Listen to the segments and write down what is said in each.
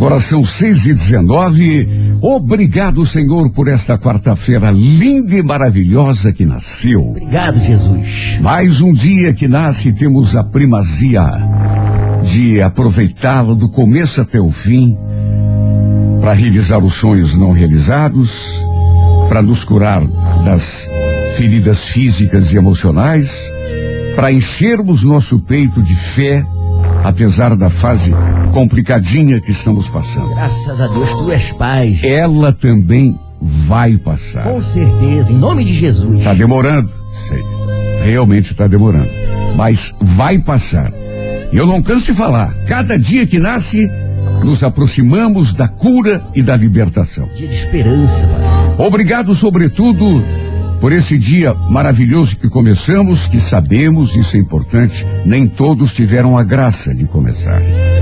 Agora são 6h19. Obrigado, Senhor, por esta quarta-feira linda e maravilhosa que nasceu. Obrigado, Jesus. Mais um dia que nasce e temos a primazia de aproveitá-lo do começo até o fim, para realizar os sonhos não realizados, para nos curar das feridas físicas e emocionais, para enchermos nosso peito de fé, apesar da fase complicadinha que estamos passando. Graças a Deus, tu és Pai. Ela também vai passar. Com certeza, em nome de Jesus. Está demorando, sei. Realmente está demorando. Mas vai passar. E eu não canso de falar. Cada dia que nasce, nos aproximamos da cura e da libertação. Dia de esperança, Pai. Obrigado, sobretudo, por esse dia maravilhoso que começamos, que sabemos, isso é importante, nem todos tiveram a graça de começar.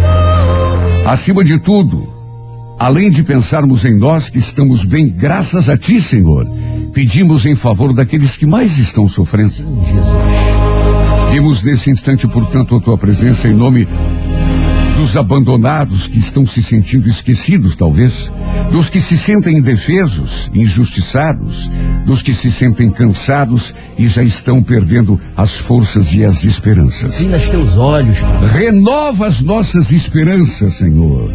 Acima de tudo, além de pensarmos em nós que estamos bem, graças a Ti, Senhor, pedimos em favor daqueles que mais estão sofrendo. Sim, Jesus. Pedimos nesse instante, portanto, a Tua presença em nome dos abandonados que estão se sentindo esquecidos, talvez, dos que se sentem indefesos, injustiçados, dos que se sentem cansados e já estão perdendo as forças e as esperanças. Inclina os teus olhos, Pai. Renova as nossas esperanças, Senhor.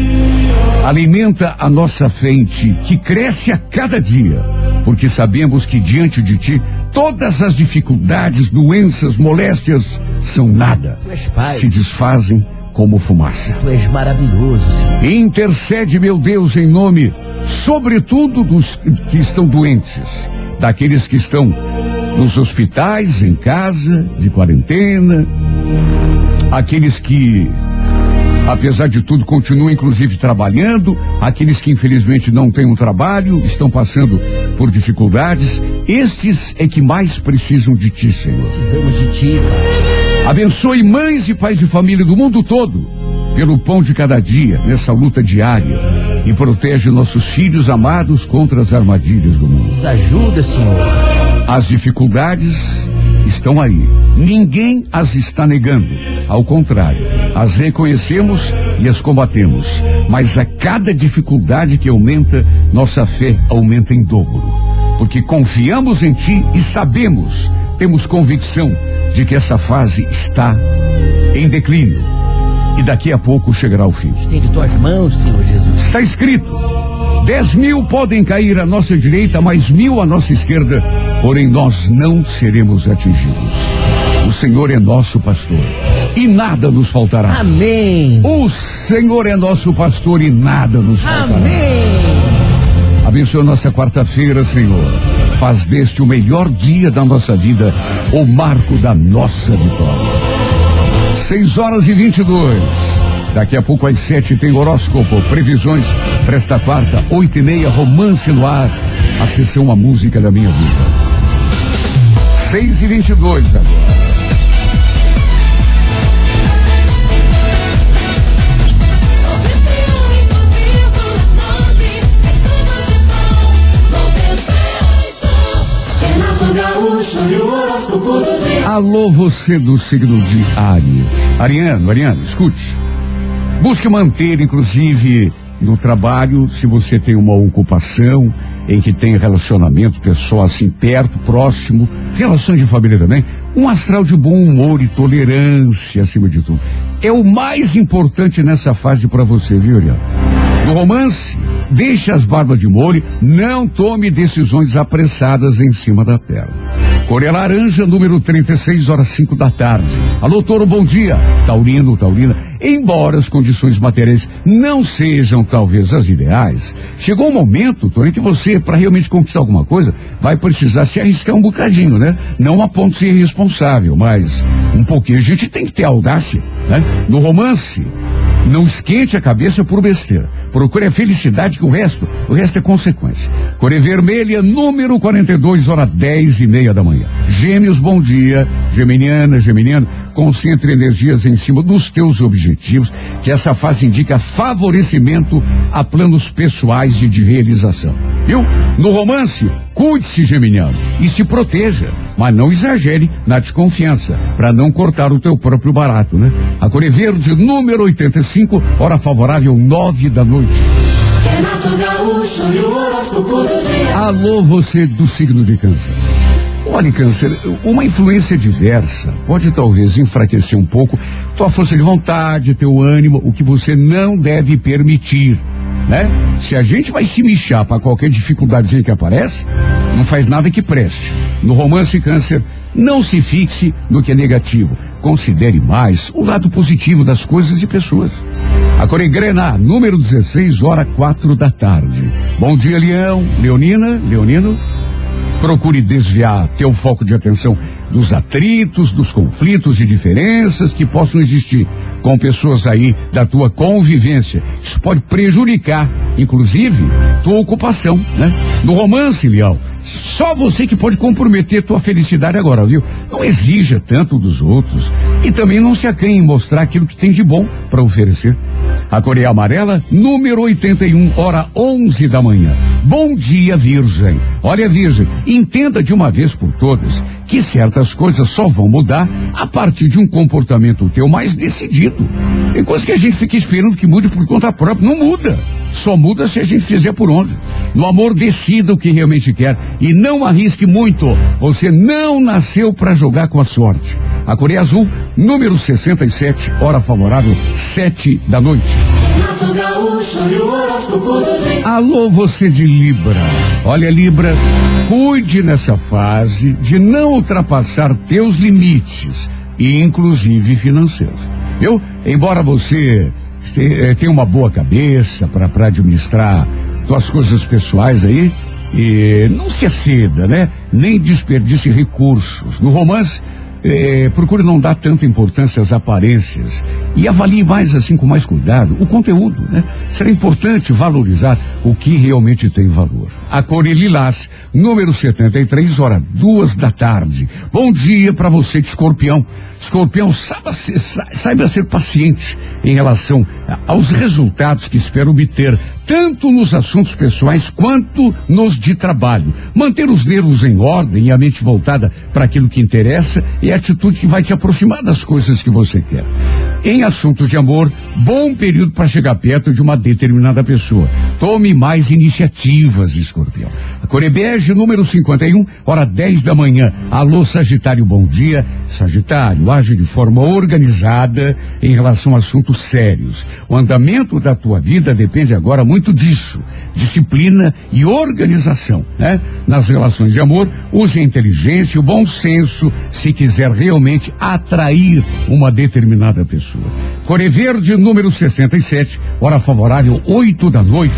Alimenta a nossa fé em Ti, que cresce a cada dia, porque sabemos que diante de Ti, todas as dificuldades, doenças, moléstias são nada. Tu és Pai. Se desfazem como fumaça. Tu és maravilhoso, Senhor. Intercede, meu Deus, em nome, sobretudo dos que estão doentes, daqueles que estão nos hospitais, em casa, de quarentena, aqueles que, apesar de tudo, continuam inclusive trabalhando, aqueles que infelizmente não têm um trabalho, estão passando por dificuldades, estes é que mais precisam de Ti, Senhor. Precisamos de Ti, Pai. Abençoe mães e pais de família do mundo todo pelo pão de cada dia, nessa luta diária, e protege nossos filhos amados contra as armadilhas do mundo. Nos ajuda, Senhor. As dificuldades estão aí. Ninguém as está negando. Ao contrário, as reconhecemos e as combatemos. Mas a cada dificuldade que aumenta, nossa fé aumenta em dobro. Porque confiamos em Ti e sabemos, temos convicção de que essa fase está em declínio e daqui a pouco chegará ao fim. Estende tuas mãos, Senhor Jesus. Está escrito: 10.000 podem cair à nossa direita, mais 1.000 à nossa esquerda, porém nós não seremos atingidos. O Senhor é nosso pastor e nada nos faltará. Amém. O Senhor é nosso pastor e nada nos faltará. Amém. Abençoa nossa quarta-feira, Senhor. Faz deste o melhor dia da nossa vida, o marco da nossa vitória. 6h22. Daqui a pouco às 7 tem horóscopo, previsões para esta quarta, 8h30, romance no ar, a sessão A Música da Minha Vida. 6h22 agora. Alô, você do signo de Áries. Ariano, escute. Busque manter, inclusive, no trabalho, se você tem uma ocupação em que tem relacionamento pessoal assim perto, próximo, relações de família também, um astral de bom humor e tolerância acima de tudo. É o mais importante nessa fase para você, viu, Ariano? No romance, deixe as barbas de molho, não tome decisões apressadas em cima da tela. Cor é laranja, número 36, horas 5 da tarde. Alô, Touro, bom dia. Taurino, Taurina, embora as condições materiais não sejam talvez as ideais, chegou um momento, Touro, em que você, para realmente conquistar alguma coisa, vai precisar se arriscar um bocadinho, né? Não a ponto de ser irresponsável, mas um pouquinho a gente tem que ter audácia, né? No romance, não esquente a cabeça por besteira. Procure a felicidade, que o resto é consequência. Cor é vermelha, número 42, hora 10h30 da manhã. Gêmeos, bom dia. Geminiana, geminiano, concentre energias em cima dos teus objetivos, que essa fase indica favorecimento a planos pessoais e de realização. Viu? No romance, cuide-se, geminiano, e se proteja, mas não exagere na desconfiança, para não cortar o teu próprio barato, né? A cor é verde, número 85, hora favorável 9 da noite. Alô, você do signo de Câncer. Olha, Câncer, uma influência diversa pode talvez enfraquecer um pouco tua força de vontade, teu ânimo, o que você não deve permitir, né? Se a gente vai se mexer para qualquer dificuldadezinha que aparece, não faz nada que preste. No romance, Câncer, não se fixe no que é negativo. Considere mais o lado positivo das coisas e pessoas. A cor é grena, número 16, hora 4 da tarde. Bom dia, Leão, Leonina, Leonino. Procure desviar teu foco de atenção dos atritos, dos conflitos e diferenças que possam existir com pessoas aí da tua convivência. Isso pode prejudicar, inclusive, tua ocupação, né? No romance, Leão, só você que pode comprometer tua felicidade agora, viu? Não exija tanto dos outros e também não se acanhe em mostrar aquilo que tem de bom para oferecer. A cor é amarela, número 81, hora 11 da manhã. Bom dia, Virgem. Olha, Virgem, entenda de uma vez por todas que certas coisas só vão mudar a partir de um comportamento teu mais decidido. Tem coisa que a gente fica esperando que mude por conta própria. Não muda. Só muda se a gente fizer por onde. No amor, decida o que realmente quer e não arrisque muito. Você não nasceu para jogar com a sorte. A cor é azul, número 67, hora favorável, 7 da noite. Alô, você de Libra. Olha, Libra, cuide nessa fase de não ultrapassar teus limites, e inclusive financeiros. Embora você tenha uma boa cabeça para administrar tuas coisas pessoais aí, e não se exceda, né? Nem desperdice recursos. No romance, procure não dar tanta importância às aparências e avalie mais assim, com mais cuidado, o conteúdo, né? Será importante valorizar o que realmente tem valor. A cor é lilás, número 73, hora 2 da tarde. Bom dia para você de Escorpião. Escorpião, saiba ser paciente em relação aos resultados que espera obter, tanto nos assuntos pessoais quanto nos de trabalho. Manter os nervos em ordem e a mente voltada para aquilo que interessa é a atitude que vai te aproximar das coisas que você quer. Em assuntos de amor, bom período para chegar perto de uma determinada pessoa. Tome mais iniciativas, Escorpião. A cor é bege, número 51, hora 10 da manhã. Alô, Sagitário, bom dia. Sagitário, age de forma organizada em relação a assuntos sérios. O andamento da tua vida depende agora muito disso. Disciplina e organização, né? Nas relações de amor, use a inteligência e o bom senso se quiser realmente atrair uma determinada pessoa. Cor é verde, número 67, hora favorável 8 da noite.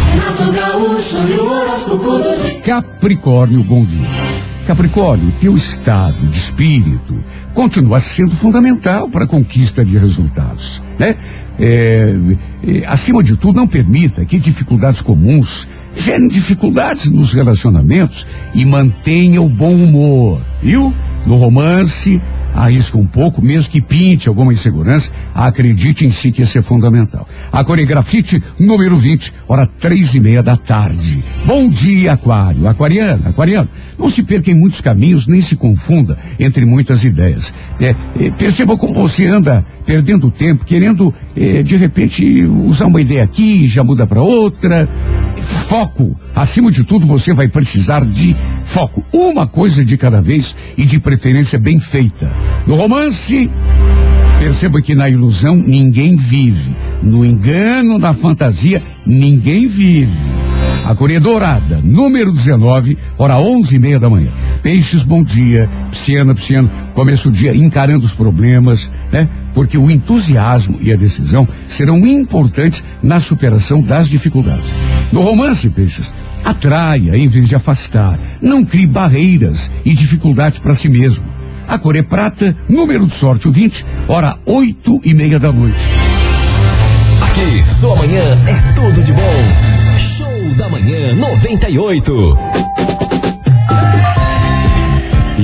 Capricórnio, bom dia. Capricórnio, teu estado de espírito continua sendo fundamental para a conquista de resultados, né? Acima de tudo, não permita que dificuldades comuns gerem dificuldades nos relacionamentos e mantenha o bom humor, viu? No romance, arrisca um pouco, mesmo que pinte alguma insegurança, acredite em si que isso é fundamental. A cor é grafite, número 20, hora 3:30 da tarde. Bom dia, Aquário. Aquariano, não se perca em muitos caminhos, nem se confunda entre muitas ideias. Perceba como você anda perdendo tempo, querendo, de repente, usar uma ideia aqui e já muda para outra. Foco. Acima de tudo, você vai precisar de foco. Uma coisa de cada vez e de preferência bem feita. No romance, perceba que na ilusão ninguém vive. No engano, na fantasia, ninguém vive. A cor é dourada, número 19, hora 11:30 da manhã. Peixes, bom dia. Pisciano, começa o dia encarando os problemas, né? Porque o entusiasmo e a decisão serão importantes na superação das dificuldades. No romance, Peixes, atraia em vez de afastar. Não crie barreiras e dificuldades para si mesmo. A cor é prata, número de sorte, o 20, hora 8:30 da noite. Aqui, sua manhã é tudo de bom. Show da Manhã 98.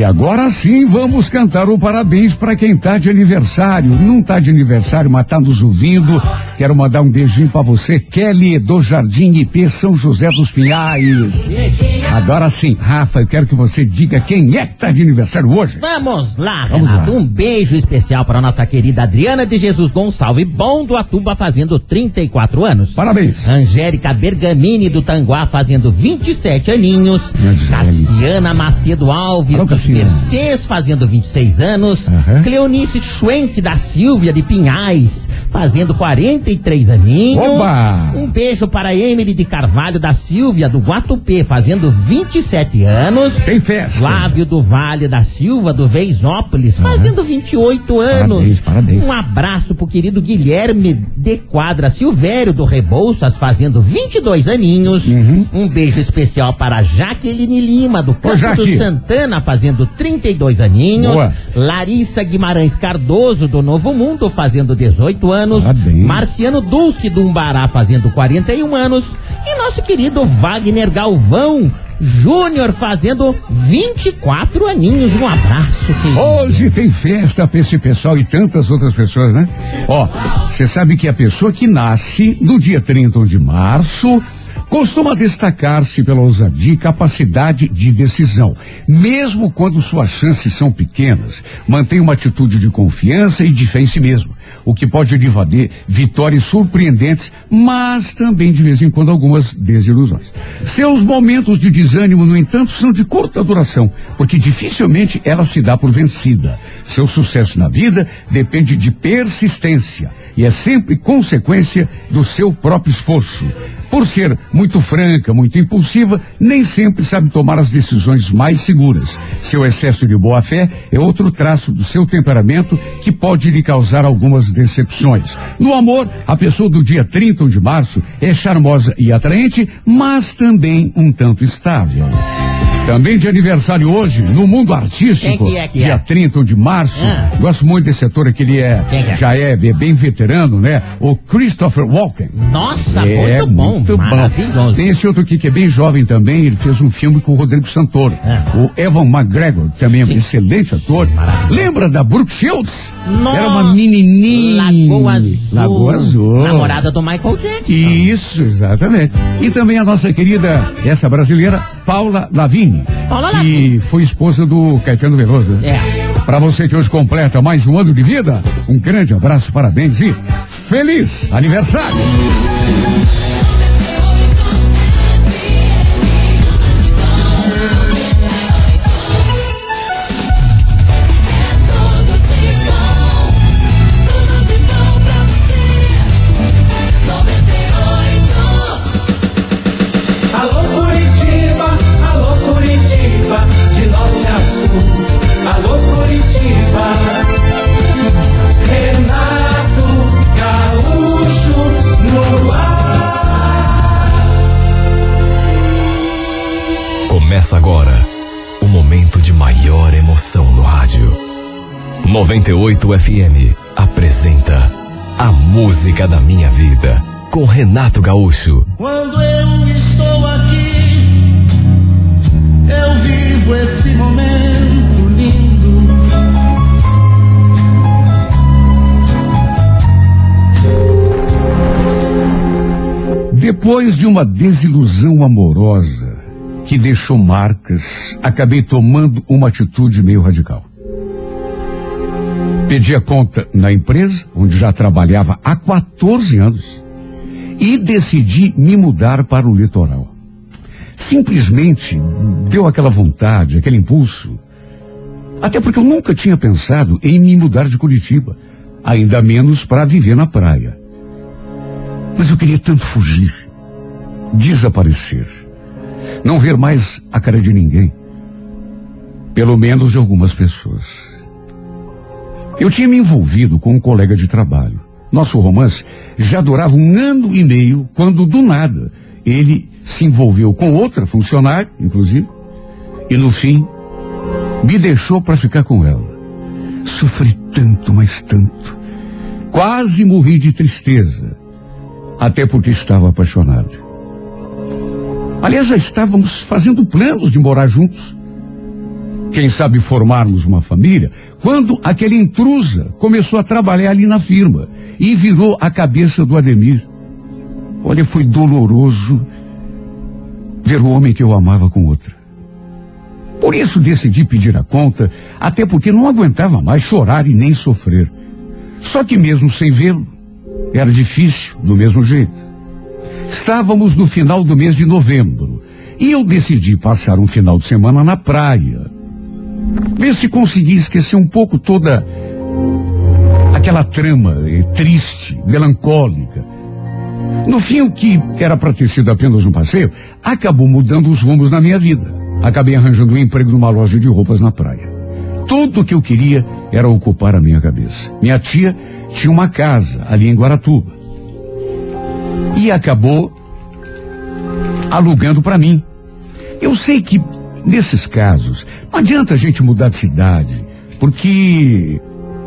E agora sim vamos cantar o parabéns para quem tá de aniversário. Não tá de aniversário, mas tá nos ouvindo. Quero mandar um beijinho para você, Kelly do Jardim IP São José dos Pinhais. Agora sim, Rafa, eu quero que você diga quem é que tá de aniversário hoje. Vamos lá, Renato. Um beijo especial para nossa querida Adriana de Jesus Gonçalves Bom do Atuba, fazendo 34 anos. Parabéns. Angélica Bergamini do Tanguá, fazendo 27 aninhos. Cassiana Macedo Alves do Mercês, fazendo 26 anos. Cleonice Schwenk da Silvia de Pinhais, fazendo 43 aninhos. Oba! Um beijo para Emily de Carvalho da Silvia do Guatupê, fazendo 27 anos. Tem festa. Flávio do Vale da Silva do Veisópolis, fazendo 28 anos. Parabéns. Um abraço pro querido Guilherme de Quadra Silvério do Rebouças, fazendo 22 aninhos. Um beijo especial para Jaqueline Lima do Campo do Santana, fazendo 32 aninhos. Boa. Larissa Guimarães Cardoso do Novo Mundo, fazendo 18 anos. Parabéns. Marciano Dulce do Umbará, fazendo 41 anos. E nosso querido Wagner Galvão Júnior, fazendo 24 aninhos. Um abraço, querido. Hoje tem festa pra esse pessoal e tantas outras pessoas, né? Ó, você sabe que a pessoa que nasce no dia 30 de março costuma destacar-se pela ousadia e capacidade de decisão. Mesmo quando suas chances são pequenas, mantém uma atitude de confiança e de fé em si mesmo, o que pode lhe valer vitórias surpreendentes, mas também de vez em quando algumas desilusões. Seus momentos de desânimo, no entanto, são de curta duração, porque dificilmente ela se dá por vencida. Seu sucesso na vida depende de persistência e é sempre consequência do seu próprio esforço. Por ser muito franca, muito impulsiva, nem sempre sabe tomar as decisões mais seguras. Seu excesso de boa-fé é outro traço do seu temperamento que pode lhe causar algumas decepções. No amor, a pessoa do dia 30 de março é charmosa e atraente, mas também um tanto estável. Também de aniversário hoje, no mundo artístico, dia 30 de março. Gosto muito desse ator, que ele já é bem veterano, né? O Christopher Walken. Nossa, muito bom, maravilhoso. Tem esse outro aqui que é bem jovem também, ele fez um filme com o Rodrigo Santoro. O Evan McGregor, também é um excelente ator. Lembra da Brooke Shields? Nossa. Era uma menininha. Lagoa Azul. Namorada do Michael Jackson. Isso, exatamente. E também a nossa querida, essa brasileira, Paula Lavigne. Que foi esposa do Caetano Veloso. Para você que hoje completa mais um ano de vida, um grande abraço, parabéns e feliz aniversário! De norte a sul, alô Curitiba, Renato Gaúcho no ar. Começa agora o momento de maior emoção no rádio. 98 FM apresenta A Música da Minha Vida, com Renato Gaúcho. Quando eu estou aqui, eu vivo esse momento lindo. Depois de uma desilusão amorosa que deixou marcas, acabei tomando uma atitude meio radical. Pedi a conta na empresa, onde já trabalhava há 14 anos, e decidi me mudar para o litoral. Simplesmente deu aquela vontade, aquele impulso. Até porque eu nunca tinha pensado em me mudar de Curitiba, ainda menos para viver na praia. Mas eu queria tanto fugir, desaparecer, não ver mais a cara de ninguém, pelo menos de algumas pessoas. Eu tinha me envolvido com um colega de trabalho. Nosso romance já durava 1 ano e meio, quando do nada ele se envolveu com outra funcionária, inclusive, e no fim me deixou para ficar com ela. Sofri tanto, mas tanto. Quase morri de tristeza, até porque estava apaixonado. Aliás, já estávamos fazendo planos de morar juntos. quem sabe formarmos uma família, quando aquele intrusa começou a trabalhar ali na firma e virou a cabeça do Ademir. Olha, foi doloroso ver o homem que eu amava com outra. Por isso decidi pedir a conta, até porque não aguentava mais chorar e nem sofrer. Só que mesmo sem vê-lo, era difícil do mesmo jeito. Estávamos no final do mês de novembro e eu decidi passar um final de semana na praia. Ver se conseguia esquecer um pouco toda aquela trama triste, melancólica. No fim, o que era para ter sido apenas um passeio, acabou mudando os rumos na minha vida. Acabei arranjando um emprego numa loja de roupas na praia. Tudo o que eu queria era ocupar a minha cabeça. Minha tia tinha uma casa ali em Guaratuba e acabou alugando para mim. Eu sei que nesses casos não adianta a gente mudar de cidade, porque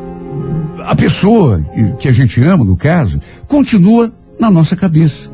a pessoa que a gente ama, no caso, continua na nossa cabeça.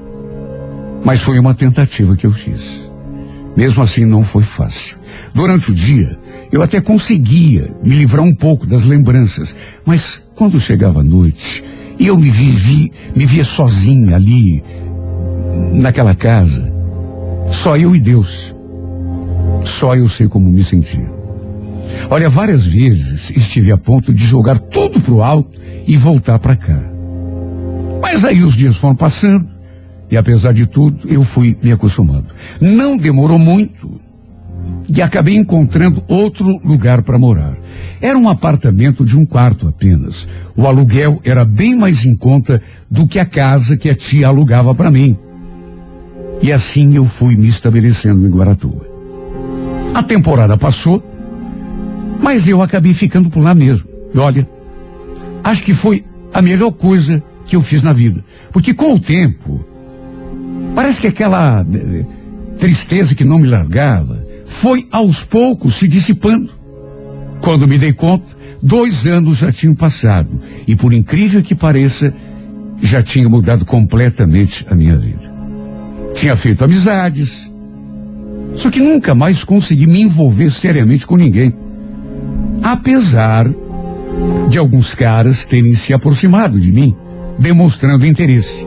Mas foi uma tentativa que eu fiz. Mesmo assim, não foi fácil. Durante o dia, eu até conseguia me livrar um pouco das lembranças, mas quando chegava a noite e eu me via sozinha ali, naquela casa, só eu e Deus. Só eu sei como me sentia. Olha, várias vezes estive a ponto de jogar tudo pro alto e voltar para cá. Mas aí os dias foram passando e, apesar de tudo, eu fui me acostumando. Não demorou muito e acabei encontrando outro lugar para morar. Era um apartamento de um quarto apenas. O aluguel era bem mais em conta do que a casa que a tia alugava para mim. E assim eu fui me estabelecendo em Guaratuba. A temporada passou, mas eu acabei ficando por lá mesmo. E olha, acho que foi a melhor coisa que eu fiz na vida. Porque com o tempo, parece que aquela tristeza que não me largava foi aos poucos se dissipando. Quando me dei conta, 2 anos já tinham passado. E por incrível que pareça, já tinha mudado completamente a minha vida. Tinha feito amizades, só que nunca mais consegui me envolver seriamente com ninguém. Apesar de alguns caras terem se aproximado de mim, demonstrando interesse.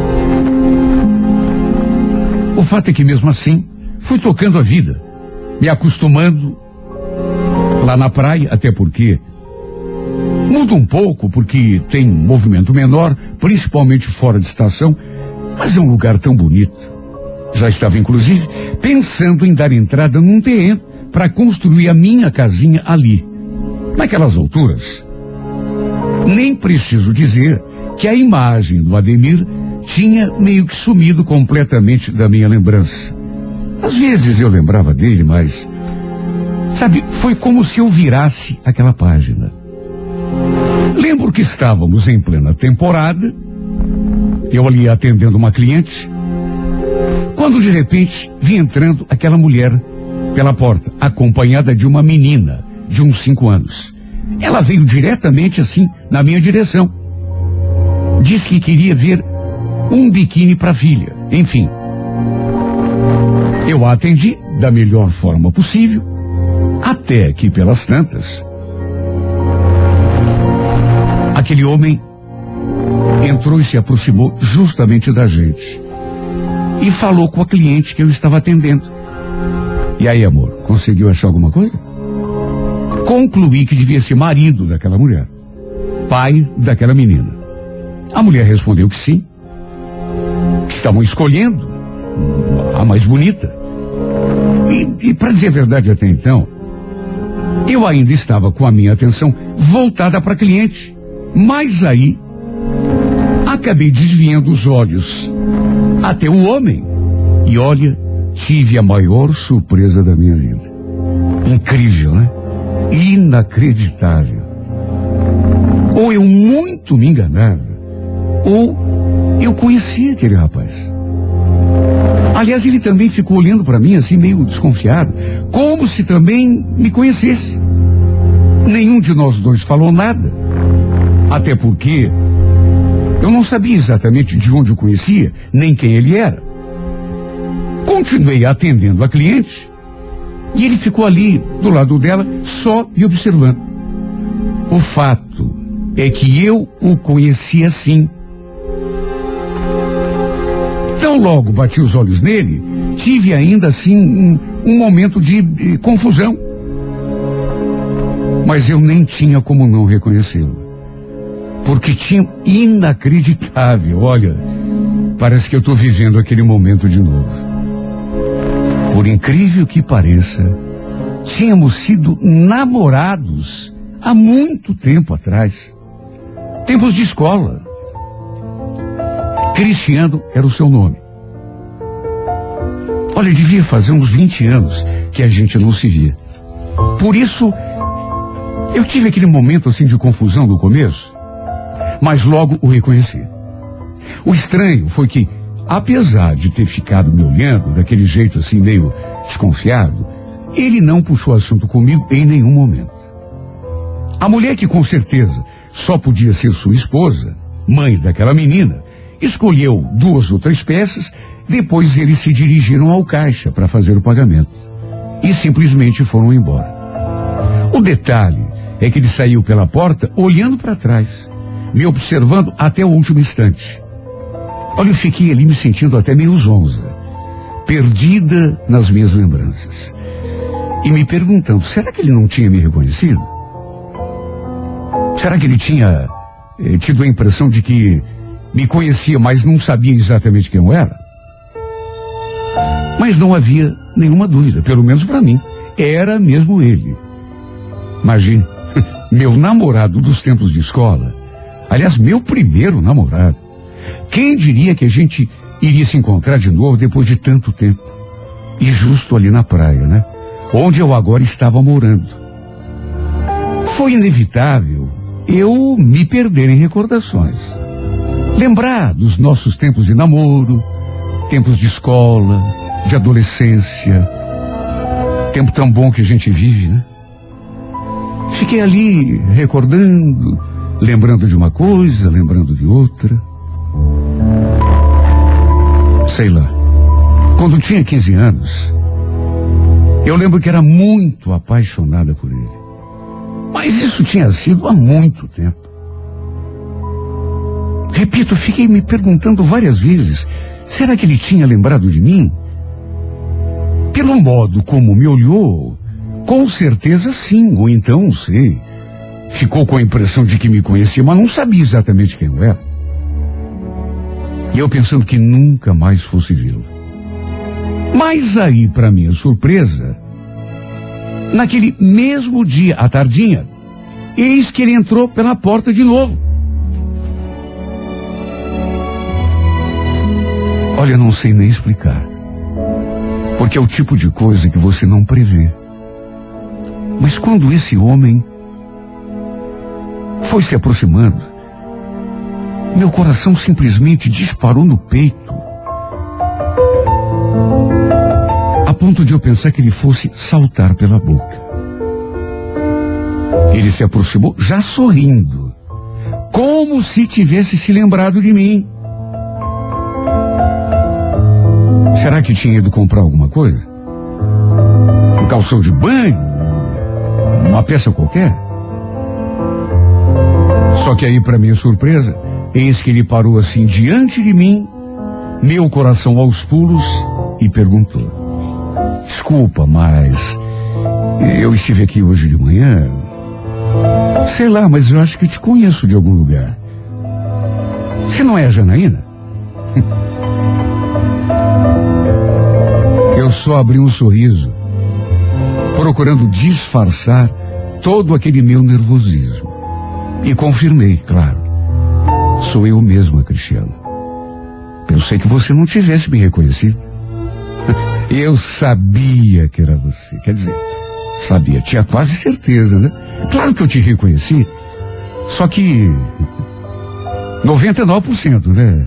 O fato é que mesmo assim, fui tocando a vida, me acostumando lá na praia, até porque muda um pouco, porque tem movimento menor, principalmente fora de estação, mas é um lugar tão bonito. Já estava, inclusive, pensando em dar entrada num terreno para construir a minha casinha ali. Naquelas alturas, nem preciso dizer que a imagem do Ademir tinha meio que sumido completamente da minha lembrança. Às vezes eu lembrava dele, mas, sabe, foi como se eu virasse aquela página. Lembro que estávamos em plena temporada, eu ali atendendo uma cliente, quando de repente vi entrando aquela mulher pela porta, acompanhada de uma menina de uns 5 anos. Ela veio diretamente assim na minha direção. Disse que queria ver um biquíni para a filha. Enfim, eu a atendi da melhor forma possível, até que pelas tantas, aquele homem entrou e se aproximou justamente da gente e falou com a cliente que eu estava atendendo. E aí, amor, conseguiu achar alguma coisa? Concluí que devia ser marido daquela mulher, pai daquela menina. A mulher respondeu que sim, que estavam escolhendo a mais bonita. E para dizer a verdade, até então, eu ainda estava com a minha atenção voltada para a cliente. Mas aí, acabei desviando os olhos até o homem. E olha, tive a maior surpresa da minha vida. Incrível, né? Inacreditável. Ou eu muito me enganava, ou eu conhecia aquele rapaz. Aliás, ele também ficou olhando para mim assim, meio desconfiado, como se também me conhecesse. Nenhum de nós dois falou nada. Até porque eu não sabia exatamente de onde o conhecia, nem quem ele era. Continuei atendendo a cliente E ele ficou ali, do lado dela, só me observando. O fato é que eu o conheci assim. Tão logo bati os olhos nele, tive ainda assim um momento de confusão. Mas eu nem tinha como não reconhecê-lo. Porque tinha inacreditável, olha, parece que eu estou vivendo aquele momento de novo. Por incrível que pareça, tínhamos sido namorados há muito tempo atrás. Tempos de escola. Cristiano era o seu nome. Olha, devia fazer uns 20 anos que a gente não se via. Por isso, eu tive aquele momento assim de confusão no começo, mas logo o reconheci. O estranho foi que, apesar de ter ficado me olhando daquele jeito assim meio desconfiado, ele não puxou assunto comigo em nenhum momento. A mulher que com certeza só podia ser sua esposa, mãe daquela menina, escolheu 2 ou 3 peças, depois eles se dirigiram ao caixa para fazer o pagamento. E simplesmente foram embora. O detalhe é que ele saiu pela porta olhando para trás, me observando até o último instante. Olha, eu fiquei ali me sentindo até meio zonza, perdida nas minhas lembranças. E me perguntando, será que ele não tinha me reconhecido? Será que ele tinha tido a impressão de que me conhecia, mas não sabia exatamente quem eu era? Mas não havia nenhuma dúvida, pelo menos para mim. Era mesmo ele. Imagine, meu namorado dos tempos de escola. Aliás, meu primeiro namorado. Quem diria que a gente iria se encontrar de novo depois de tanto tempo? E justo ali na praia, né? Onde eu agora estava morando. Foi inevitável eu me perder em recordações. Lembrar dos nossos tempos de namoro, tempos de escola, de adolescência. Tempo tão bom que a gente vive, né? Fiquei ali recordando, lembrando de uma coisa, lembrando de outra. Sei lá. Quando tinha 15 anos, eu lembro que era muito apaixonada por ele. Mas isso tinha sido há muito tempo. Repito, fiquei me perguntando várias vezes, será que ele tinha lembrado de mim? Pelo modo como me olhou, com certeza sim, ou então, não sei. Ficou com a impressão de que me conhecia, mas não sabia exatamente quem eu era. E eu pensando que nunca mais fosse vê-lo. Mas aí, para minha surpresa, naquele mesmo dia, à tardinha, eis que ele entrou pela porta de novo. Olha, eu não sei nem explicar. Porque é o tipo de coisa que você não prevê. Mas quando esse homem foi se aproximando, meu coração simplesmente disparou no peito. A ponto de eu pensar que ele fosse saltar pela boca. Ele se aproximou já sorrindo, como se tivesse se lembrado de mim. Será que tinha ido comprar alguma coisa? Um calção de banho? Uma peça qualquer? Só que aí, para minha surpresa, eis que ele parou assim diante de mim, meu coração aos pulos, e perguntou: desculpa, mas eu estive aqui hoje de manhã. Sei lá, mas eu acho que te conheço de algum lugar. Você não é a Janaína? Eu só abri um sorriso, procurando disfarçar todo aquele meu nervosismo. E confirmei, claro. Sou eu mesma, Cristiano. Pensei que você não tivesse me reconhecido. Eu sabia que era você. Quer dizer, sabia, tinha quase certeza, né? Claro que eu te reconheci. Só que 99%, né?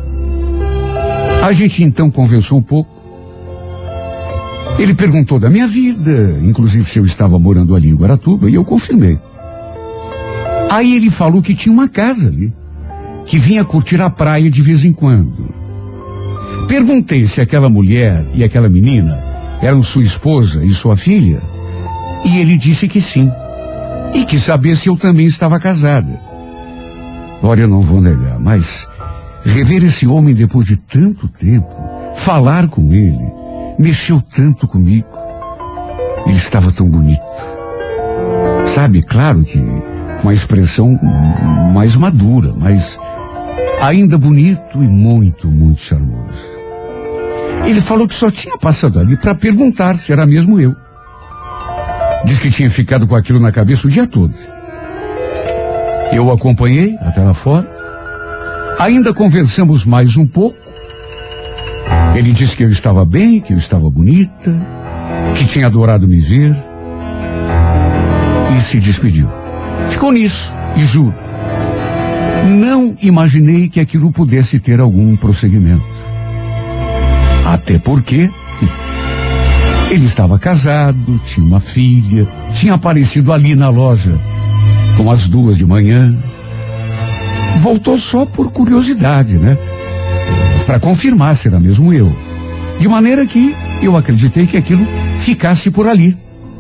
A gente então conversou um pouco. Ele perguntou da minha vida, inclusive se eu estava morando ali em Guaratuba, e eu confirmei. Aí ele falou que tinha uma casa ali, que vinha curtir a praia de vez em quando. Perguntei se aquela mulher e aquela menina eram sua esposa e sua filha, e ele disse que sim, e quis saber se eu também estava casada. Olha, eu não vou negar, mas rever esse homem depois de tanto tempo, falar com ele, mexeu tanto comigo. Ele estava tão bonito. Sabe, claro que com a expressão mais madura, mas ainda bonito e muito, muito charmoso. Ele falou que só tinha passado ali para perguntar se era mesmo eu. Diz que tinha ficado com aquilo na cabeça o dia todo. Eu o acompanhei até lá fora. Ainda conversamos mais um pouco. Ele disse que eu estava bem, que eu estava bonita, que tinha adorado me ver. E se despediu. Ficou nisso, e juro, não imaginei que aquilo pudesse ter algum prosseguimento. Até porque ele estava casado, tinha uma filha, tinha aparecido ali na loja com as 2 da manhã. Voltou só por curiosidade, né? Para confirmar se era mesmo eu. De maneira que eu acreditei que aquilo ficasse por ali.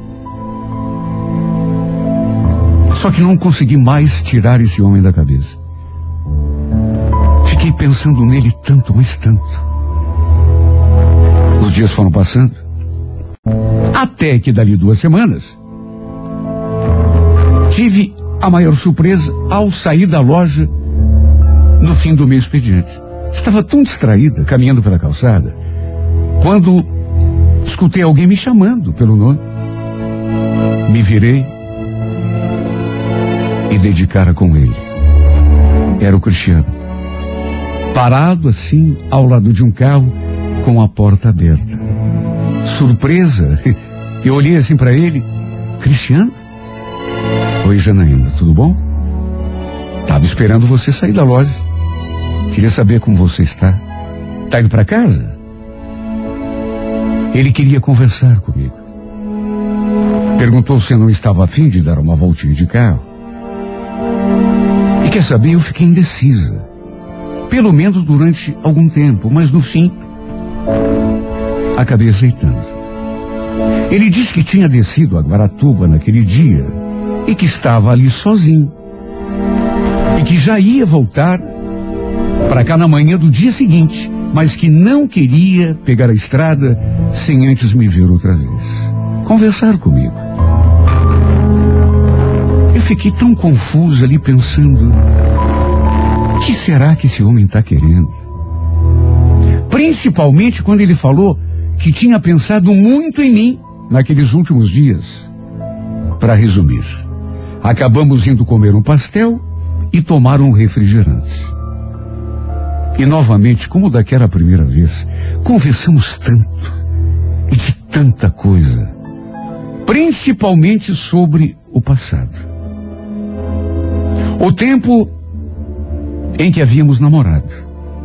Só que não consegui mais tirar esse homem da cabeça. Fiquei pensando nele tanto, mas tanto. Os dias foram passando. Até que dali 2 semanas, tive a maior surpresa ao sair da loja no fim do meu expediente. Estava tão distraída, caminhando pela calçada, quando escutei alguém me chamando pelo nome. Me virei e dei de cara com ele. Era o Cristiano. Parado assim, ao lado de um carro, com a porta aberta. Surpresa, eu olhei assim para ele. Cristiano? Oi, Janaína, tudo bom? Tava esperando você sair da loja. Queria saber como você está. Tá indo para casa? Ele queria conversar comigo. Perguntou se eu não estava a fim de dar uma voltinha de carro. E quer saber, eu fiquei indecisa. Pelo menos durante algum tempo, mas no fim, acabei aceitando. Ele disse que tinha descido a Guaratuba naquele dia e que estava ali sozinho. E que já ia voltar para cá na manhã do dia seguinte, mas que não queria pegar a estrada sem antes me ver outra vez. Conversar comigo. Eu fiquei tão confusa ali pensando, o que será que esse homem está querendo? Principalmente quando ele falou que tinha pensado muito em mim naqueles últimos dias. Para resumir, acabamos indo comer um pastel e tomar um refrigerante. E novamente, como daquela primeira vez, conversamos tanto e de tanta coisa, principalmente sobre o passado. O tempo em que havíamos namorado.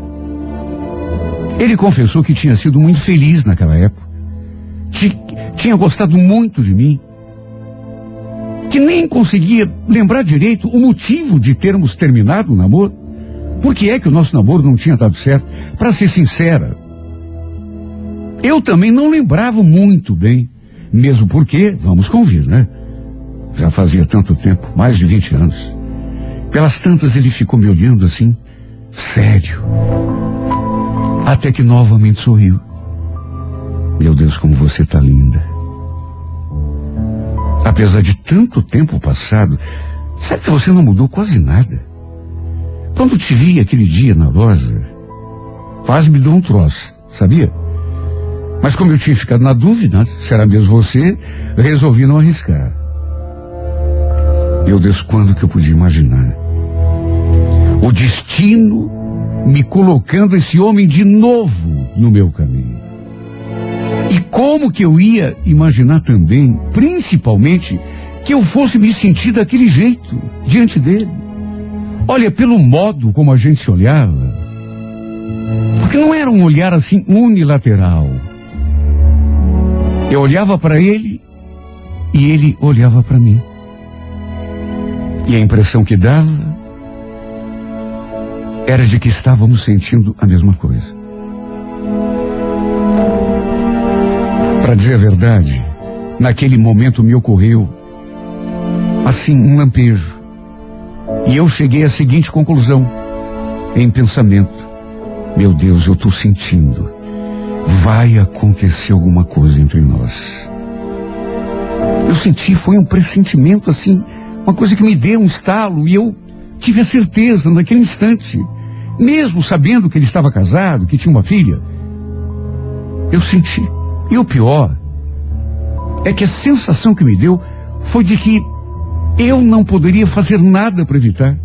Ele confessou que tinha sido muito feliz naquela época, tinha gostado muito de mim, que nem conseguia lembrar direito o motivo de termos terminado o namoro. Por que é que o nosso namoro não tinha dado certo? Para ser sincera, eu também não lembrava muito bem, mesmo porque, vamos convir, né? Já fazia tanto tempo, mais de 20 anos. Pelas tantas ele ficou me olhando assim, sério. Até que novamente sorriu. Meu Deus, como você tá linda. Apesar de tanto tempo passado, sabe que você não mudou quase nada. Quando te vi aquele dia na loja, quase me deu um troço, sabia? Mas como eu tinha ficado na dúvida, se era mesmo você, resolvi não arriscar. Meu Deus, quando que eu podia imaginar? O destino me colocando esse homem de novo no meu caminho. E como que eu ia imaginar também, principalmente, que eu fosse me sentir daquele jeito, diante dele? Olha, pelo modo como a gente se olhava, porque não era um olhar assim unilateral. Eu olhava para ele e ele olhava para mim. E a impressão que dava era de que estávamos sentindo a mesma coisa. Para dizer a verdade, naquele momento me ocorreu, assim, um lampejo. E eu cheguei à seguinte conclusão, em pensamento: meu Deus, eu estou sentindo, vai acontecer alguma coisa entre nós. Eu senti, foi um pressentimento assim, uma coisa que me deu um estalo, e eu tive a certeza naquele instante, mesmo sabendo que ele estava casado, que tinha uma filha, eu senti. E o pior é que a sensação que me deu foi de que eu não poderia fazer nada para evitar.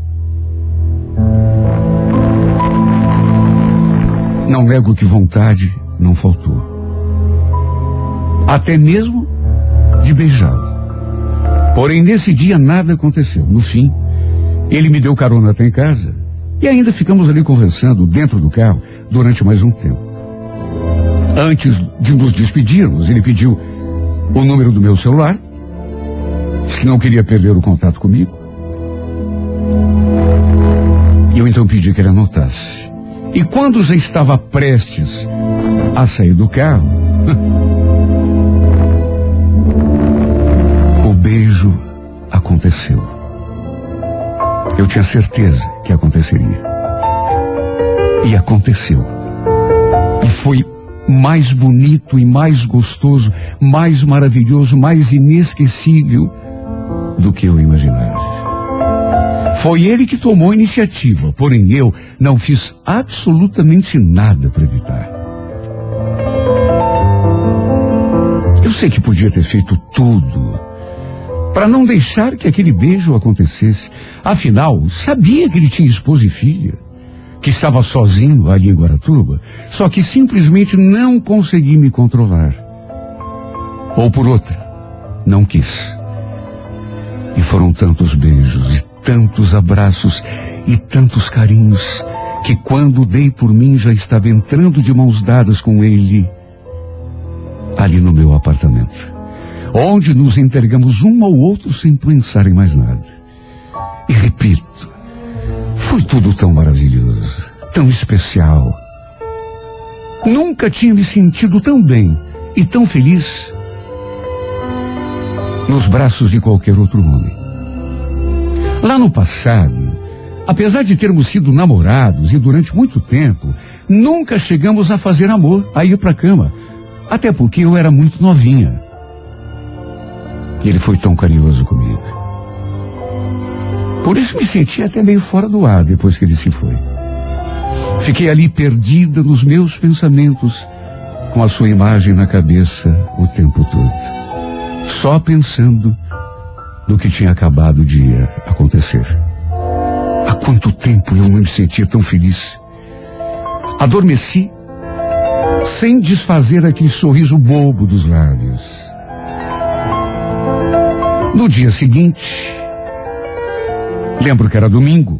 Não nego que vontade não faltou. Até mesmo de beijá-lo. Porém, nesse dia nada aconteceu. No fim, ele me deu carona até em casa e ainda ficamos ali conversando dentro do carro durante mais um tempo. Antes de nos despedirmos, ele pediu o número do meu celular, disse que não queria perder o contato comigo. E eu então pedi que ele anotasse. E quando já estava prestes a sair do carro, o beijo aconteceu. Eu tinha certeza que aconteceria. E aconteceu. E foi mais bonito e mais gostoso, mais maravilhoso, mais inesquecível do que eu imaginava. Foi ele que tomou a iniciativa, porém eu não fiz absolutamente nada para evitar. Eu sei que podia ter feito tudo para não deixar que aquele beijo acontecesse. Afinal, sabia que ele tinha esposa e filha, que estava sozinho ali em Guaratuba, só que simplesmente não consegui me controlar. Ou por outra, não quis. E foram tantos beijos, e tantos abraços, e tantos carinhos, que quando dei por mim já estava entrando de mãos dadas com ele, ali no meu apartamento, onde nos entregamos um ao outro sem pensar em mais nada. E repito, foi tudo tão maravilhoso, tão especial. Nunca tinha me sentido tão bem e tão feliz nos braços de qualquer outro homem. Lá no passado, apesar de termos sido namorados e durante muito tempo, nunca chegamos a fazer amor, a ir pra cama. Até porque eu era muito novinha. E ele foi tão carinhoso comigo. Por isso me senti até meio fora do ar depois que ele se foi. Fiquei ali perdida nos meus pensamentos, com a sua imagem na cabeça o tempo todo. Só pensando no que tinha acabado de acontecer. Há quanto tempo eu não me sentia tão feliz. Adormeci, sem desfazer aquele sorriso bobo dos lábios. No dia seguinte, lembro que era domingo,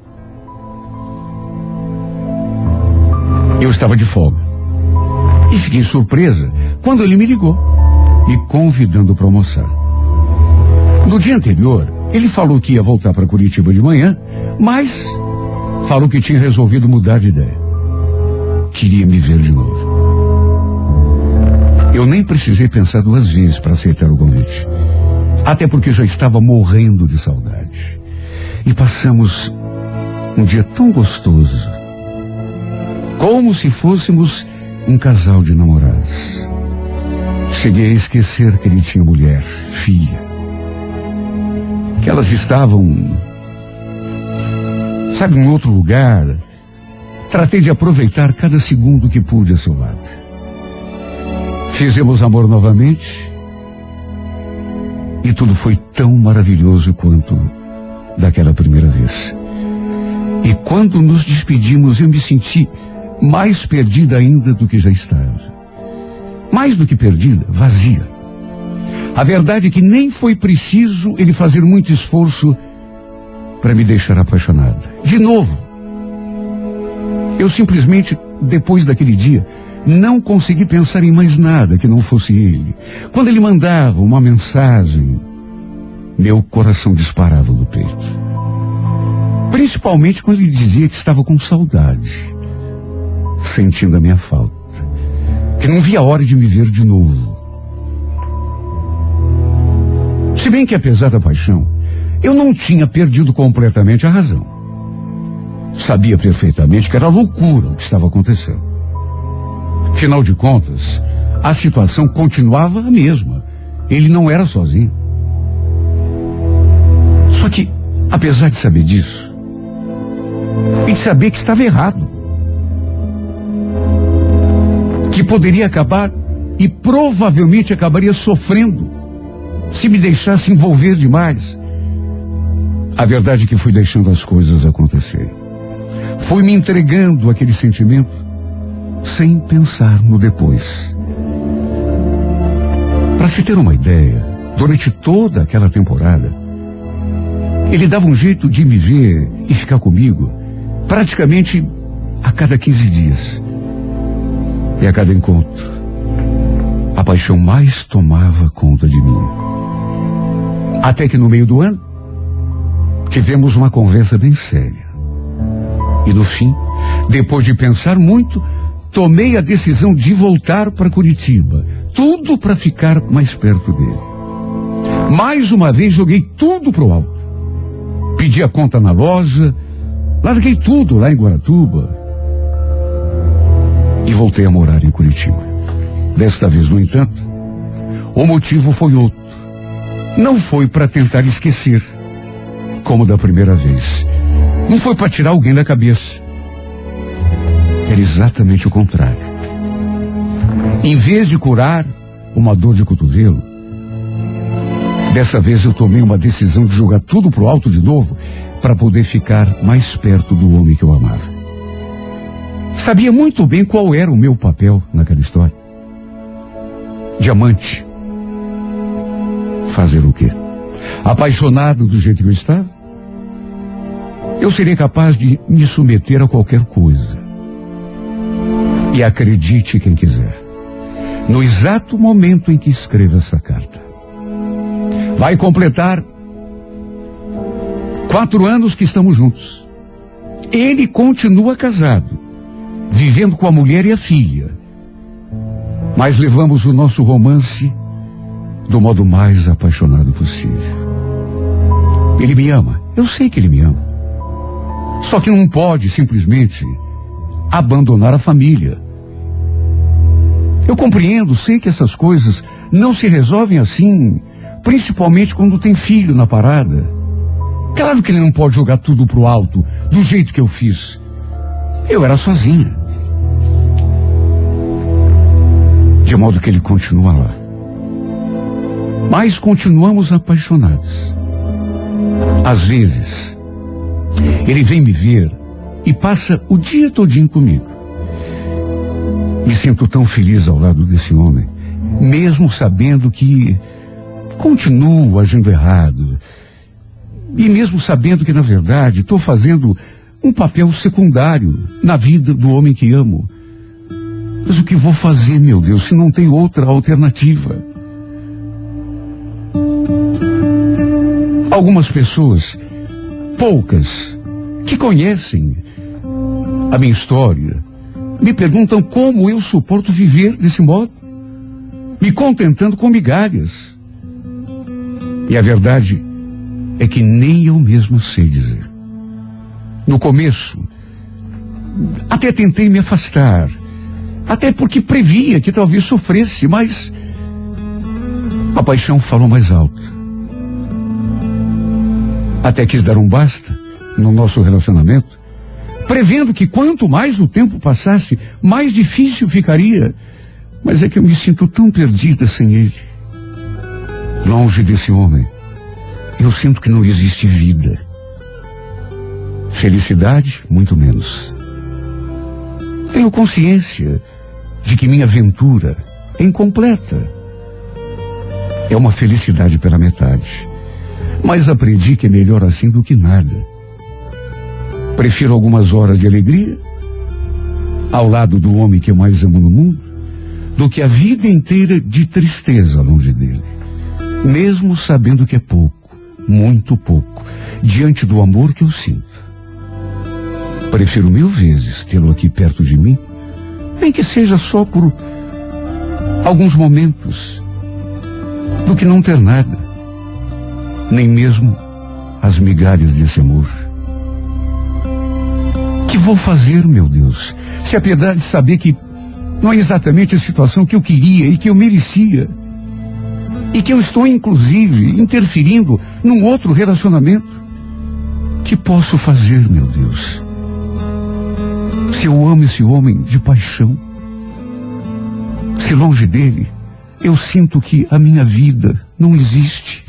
eu estava de folga. E fiquei surpresa quando ele me ligou, me convidando para almoçar. No dia anterior, ele falou que ia voltar para Curitiba de manhã, mas falou que tinha resolvido mudar de ideia. Queria me ver de novo. Eu nem precisei pensar duas vezes para aceitar o convite. Até porque já estava morrendo de saudade. E passamos um dia tão gostoso, como se fôssemos um casal de namorados. Cheguei a esquecer que ele tinha mulher, filha, que elas estavam, sabe, em outro lugar. Tratei de aproveitar cada segundo que pude a seu lado. Fizemos amor novamente e tudo foi tão maravilhoso quanto daquela primeira vez. E quando nos despedimos, eu me senti mais perdida ainda do que já estava. Mais do que perdida, vazia. A verdade é que nem foi preciso ele fazer muito esforço para me deixar apaixonada. De novo. Eu simplesmente, depois daquele dia, não consegui pensar em mais nada que não fosse ele. Quando ele mandava uma mensagem, meu coração disparava no peito. Principalmente quando ele dizia que estava com saudade, sentindo a minha falta, que não via a hora de me ver de novo. Se bem que, apesar da paixão, eu não tinha perdido completamente a razão. Sabia perfeitamente que era loucura o que estava acontecendo. Afinal de contas, a situação continuava a mesma. Ele não era sozinho. Só que, apesar de saber disso, e de saber que estava errado, que poderia acabar e provavelmente acabaria sofrendo se me deixasse envolver demais, a verdade é que fui deixando as coisas acontecerem. Fui me entregando àquele sentimento sem pensar no depois. Para se ter uma ideia, durante toda aquela temporada, ele dava um jeito de me ver e ficar comigo praticamente a cada 15 dias. E a cada encontro, a paixão mais tomava conta de mim. Até que no meio do ano, tivemos uma conversa bem séria. E no fim, depois de pensar muito, tomei a decisão de voltar para Curitiba. Tudo para ficar mais perto dele. Mais uma vez joguei tudo pro alto. Pedi a conta na loja, larguei tudo lá em Guaratuba e voltei a morar em Curitiba. Desta vez, no entanto, o motivo foi outro. Não foi para tentar esquecer, como da primeira vez. Não foi para tirar alguém da cabeça. Era exatamente o contrário. Em vez de curar uma dor de cotovelo, dessa vez eu tomei uma decisão de jogar tudo pro alto de novo para poder ficar mais perto do homem que eu amava. Sabia muito bem qual era o meu papel naquela história. Diamante. Fazer o quê? Apaixonado do jeito que eu estava? Eu seria capaz de me submeter a qualquer coisa. E acredite quem quiser, no exato momento em que escrevo essa carta, vai completar 4 anos que estamos juntos. Ele continua casado, vivendo com a mulher e a filha. Mas levamos o nosso romance do modo mais apaixonado possível. Ele me ama, eu sei que ele me ama. Só que não pode simplesmente abandonar a família. Eu compreendo, sei que essas coisas não se resolvem assim, principalmente quando tem filho na parada. Claro que ele não pode jogar tudo pro alto, do jeito que eu fiz. Eu era sozinha. De modo que ele continua lá. Mas continuamos apaixonados. Às vezes, ele vem me ver e passa o dia todinho comigo. Me sinto tão feliz ao lado desse homem, mesmo sabendo que continuo agindo errado. E mesmo sabendo que, na verdade, estou fazendo um papel secundário na vida do homem que amo. Mas o que vou fazer, meu Deus, se não tem outra alternativa? Algumas pessoas, poucas, que conhecem a minha história, me perguntam como eu suporto viver desse modo, me contentando com migalhas. E a verdade é que nem eu mesmo sei dizer. No começo, até tentei me afastar, até porque previa que talvez sofresse, mas a paixão falou mais alto. Até quis dar um basta no nosso relacionamento, prevendo que quanto mais o tempo passasse, mais difícil ficaria. Mas é que eu me sinto tão perdida sem ele. Longe desse homem, eu sinto que não existe vida. Felicidade, muito menos. Tenho consciência de que minha aventura é incompleta. É uma felicidade pela metade. Mas aprendi que é melhor assim do que nada. Prefiro algumas horas de alegria ao lado do homem que eu mais amo no mundo do que a vida inteira de tristeza longe dele. Mesmo sabendo que é pouco, muito pouco, diante do amor que eu sinto. Prefiro 1000 vezes tê-lo aqui perto de mim, nem que seja só por alguns momentos, do que não ter nada. nem mesmo as migalhas desse amor. Que vou fazer, meu Deus, se apesar de saber que não é exatamente a situação que eu queria e que eu merecia, e que eu estou, inclusive, interferindo num outro relacionamento? Que posso fazer, meu Deus? Se eu amo esse homem de paixão, se longe dele, eu sinto que a minha vida não existe.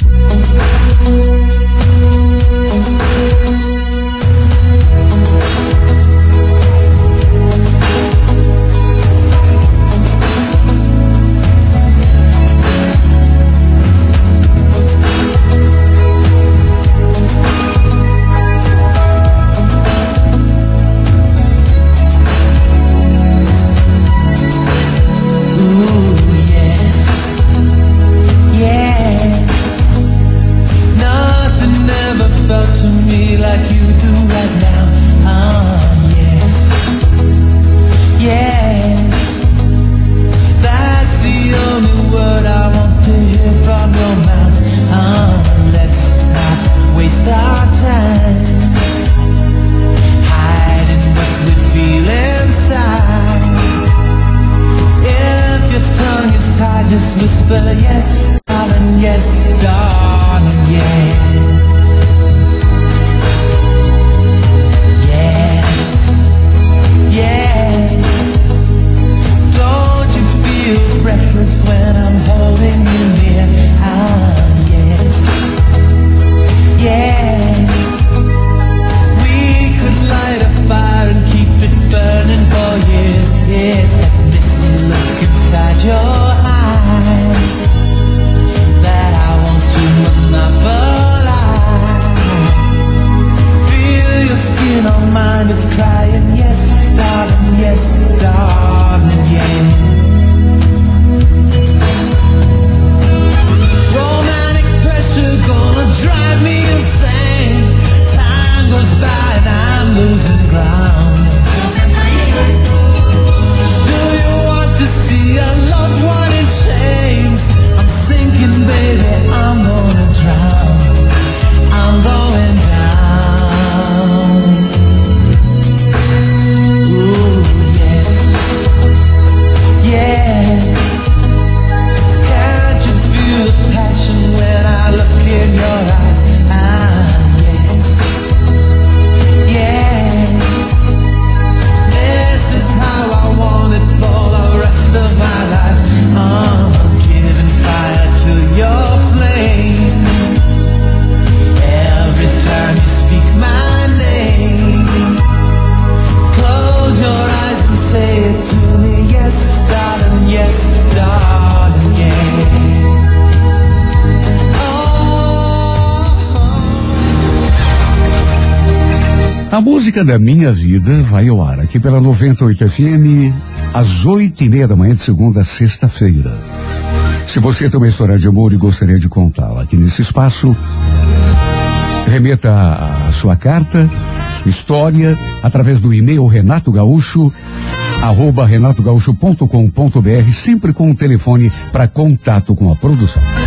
A música da minha vida vai ao ar aqui pela 98 FM às 8:30 da manhã de segunda a sexta-feira. Se você tem uma história de amor e gostaria de contá-la aqui nesse espaço, remeta a sua carta, sua história, através do e-mail renatogaúcho@renatogaúcho.com.br, sempre com o telefone para contato com a produção.